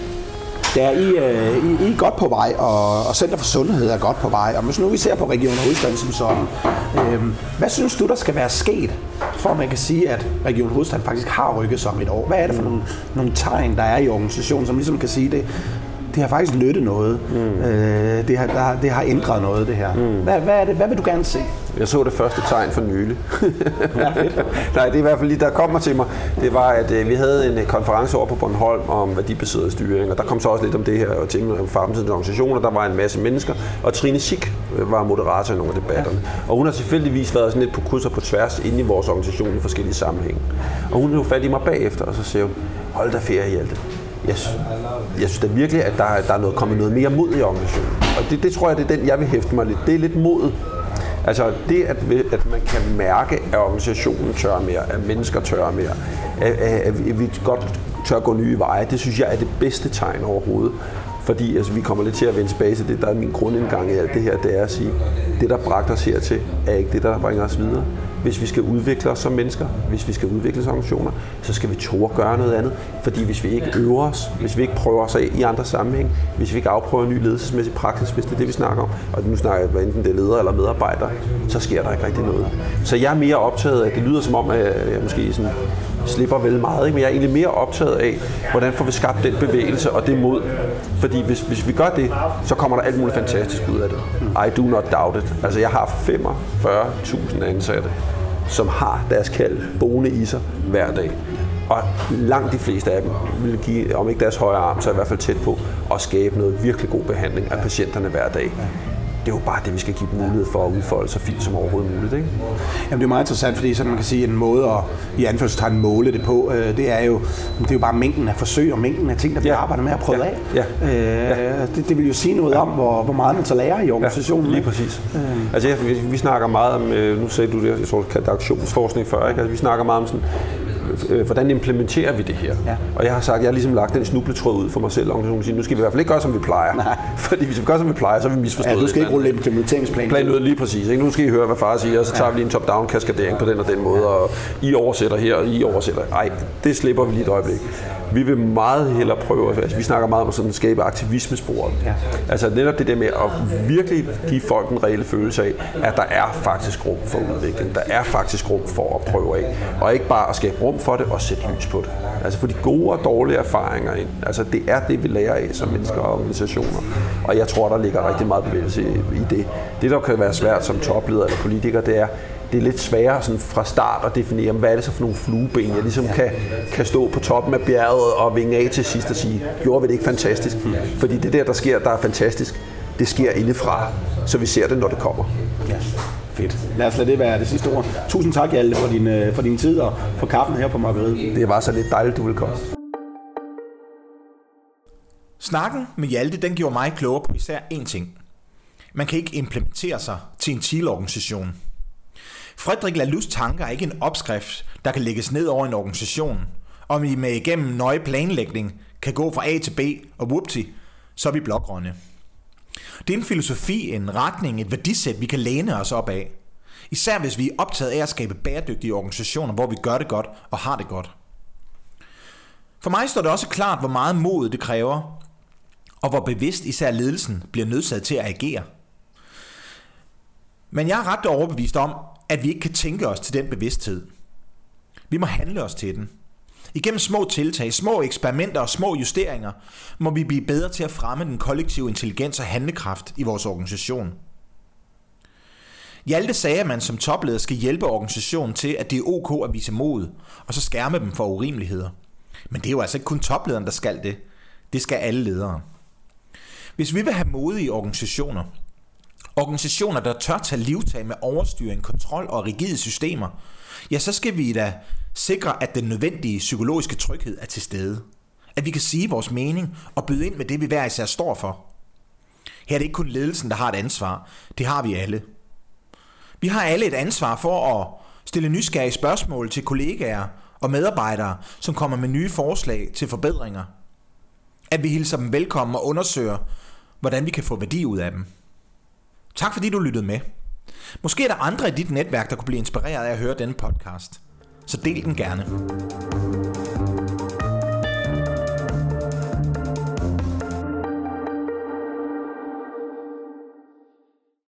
Der I er godt på vej, og Center for Sundhed er godt på vej, og hvis nu vi ser på Region Hovedstaden som sådan, hvad synes du, der skal være sket, for at man kan sige, at Region Hovedstaden faktisk har rykket sig om et år? Hvad er det for nogle tegn, der er i organisationen, som ligesom kan sige det? Det har faktisk nyttet noget. Det har ændret noget, det her. Hvad er det? Hvad vil du gerne se? Jeg så det første tegn for nylig. Nej, det er i hvert fald lige, der kommer til mig. Det var, at vi havde en konference over på Bornholm om værdibaseret styring, og der kom så også lidt om det her og ting om fremtidens organisationer. Der var en masse mennesker, og Trine Sik var moderator i nogle af debatterne. Og hun har tilfældigvis været sådan lidt på kryds og på tværs inde i vores organisation i forskellige sammenhænge. Og hun blev fat i mig bagefter, og så siger hun, hold da ferie, Hjalte. Jeg synes da virkelig, at der er kommet noget mere mod i organisationen. Og det tror jeg, det er den, jeg vil hæfte mig lidt. Det er lidt mod. Altså det, at man kan mærke, at organisationen tør mere, at mennesker tør mere, at vi godt tør gå nye veje, det synes jeg er det bedste tegn overhovedet. Fordi altså, vi kommer lidt til at vende tilbage til det, der er min grundindgang i alt det her, det er at sige, det der bragte os hertil, er ikke det, der bringer os videre. Hvis vi skal udvikle os som mennesker, hvis vi skal udvikle organisationer, så skal vi turde gøre noget andet. Fordi hvis vi ikke øver os, hvis vi ikke prøver os af i andre sammenhæng, hvis vi ikke afprøver ny ledelsesmæssig praksis, hvis det er det, vi snakker om, og nu snakker jeg, hvad enten det er ledere eller medarbejdere, så sker der ikke rigtig noget. Så jeg er mere optaget af, det lyder som om, at jeg måske sådan slipper vel meget, ikke? Men jeg er egentlig mere optaget af, hvordan får vi skabt den bevægelse og det mod. Fordi hvis vi gør det, så kommer der alt muligt fantastisk ud af det. I do not doubt it. Altså jeg har 45.000 ansatte, som har deres kald boende i sig hver dag. Og langt de fleste af dem vil give, om ikke deres højre arm, så i hvert fald tæt på, at skabe noget virkelig god behandling af patienterne hver dag. Det er jo bare det, vi skal give dem mulighed for at udfolde så fint som overhovedet muligt. Ikke? Jamen, det er meget interessant, fordi så man kan sige, en måde at i anførselstegn måle det på, det er jo bare mængden af forsøg og mængden af ting, der bliver arbejdet med at prøve af. Det vil jo sige noget om, hvor meget man så lærer i organisationen. Lige præcis. Altså, vi snakker meget om, nu sagde du det, jeg tror, du kaldte aktionsforskning før, ikke? Altså, vi snakker meget om sådan, hvordan implementerer vi det her? Ja. Og jeg har sagt, jeg har ligesom lagt den snubletråd ud for mig selv, og organisationen siger, nu skal vi i hvert fald ikke gøre, som vi plejer. Nej. Fordi hvis vi gør, som vi plejer, så er vi misforstået. Ja, du skal ikke rulle implementeringsplan. Plan ud lige præcis. Ikke? Nu skal I høre, hvad far siger, og så tager vi lige en top-down kaskadering på den og den måde, og I oversætter her, og I oversætter. Nej, det slipper vi lige et øjeblik. Vi vil meget hellere prøve, altså vi snakker meget om sådan at skabe aktivismesporet. Ja. Altså netop det der med at virkelig give folk en reel følelse af, at der er faktisk rum for udvikling. Der er faktisk rum for at prøve af. Og ikke bare at skabe rum for det og sætte lys på det. Altså for de gode og dårlige erfaringer ind. Altså det er det, vi lærer af som mennesker og organisationer. Og jeg tror, der ligger rigtig meget bevægelse i det. Det, der kan være svært som topleder eller politiker, det er lidt sværere sådan fra start at definere, hvad er det så for nogle flueben, jeg ligesom kan stå på toppen af bjerget og vinge af til sidst og sige, gjorde vi det ikke fantastisk? Fordi det der sker, der er fantastisk, det sker indefra, så vi ser det, når det kommer. Ja. Fedt. Lad os lade det være det sidste ord. Tusind tak, Hjalte, for din tid og for kaffen her på Margrethe. Det var så lidt dejligt, du ville komme. Snakken med Hjalte, den gjorde mig klogere på især én ting. Man kan ikke implementere sig til en TEAL-organisation. Frédéric Laloux' tanker er ikke en opskrift, der kan lægges ned over en organisation, og vi med igennem nøje planlægning kan gå fra A til B, og whoopty, så er vi blågrønne. Det er en filosofi, en retning, et værdisæt, vi kan læne os op af. Især hvis vi er optaget af at skabe bæredygtige organisationer, hvor vi gør det godt og har det godt. For mig står det også klart, hvor meget mod det kræver, og hvor bevidst især ledelsen bliver nødsaget til at agere. Men jeg er ret overbevist om, at vi ikke kan tænke os til den bevidsthed. Vi må handle os til den. Igennem små tiltag, små eksperimenter og små justeringer, må vi blive bedre til at fremme den kollektive intelligens og handlekraft i vores organisation. Hjalte sagde, at man som topleder skal hjælpe organisationen til, at det er ok at vise mod, og så skærme dem for urimeligheder. Men det er jo altså ikke kun toplederen, der skal det. Det skal alle ledere. Hvis vi vil have modige organisationer, der tør tage livtag med overstyring, kontrol og rigide systemer, ja, så skal vi da sikre, at den nødvendige psykologiske tryghed er til stede. At vi kan sige vores mening og byde ind med det, vi hver især står for. Her er det ikke kun ledelsen, der har et ansvar. Det har vi alle. Vi har alle et ansvar for at stille nysgerrige spørgsmål til kollegaer og medarbejdere, som kommer med nye forslag til forbedringer. At vi hilser dem velkommen og undersøger, hvordan vi kan få værdi ud af dem. Tak fordi du lyttede med. Måske er der andre i dit netværk, der kunne blive inspireret af at høre denne podcast. Så del den gerne.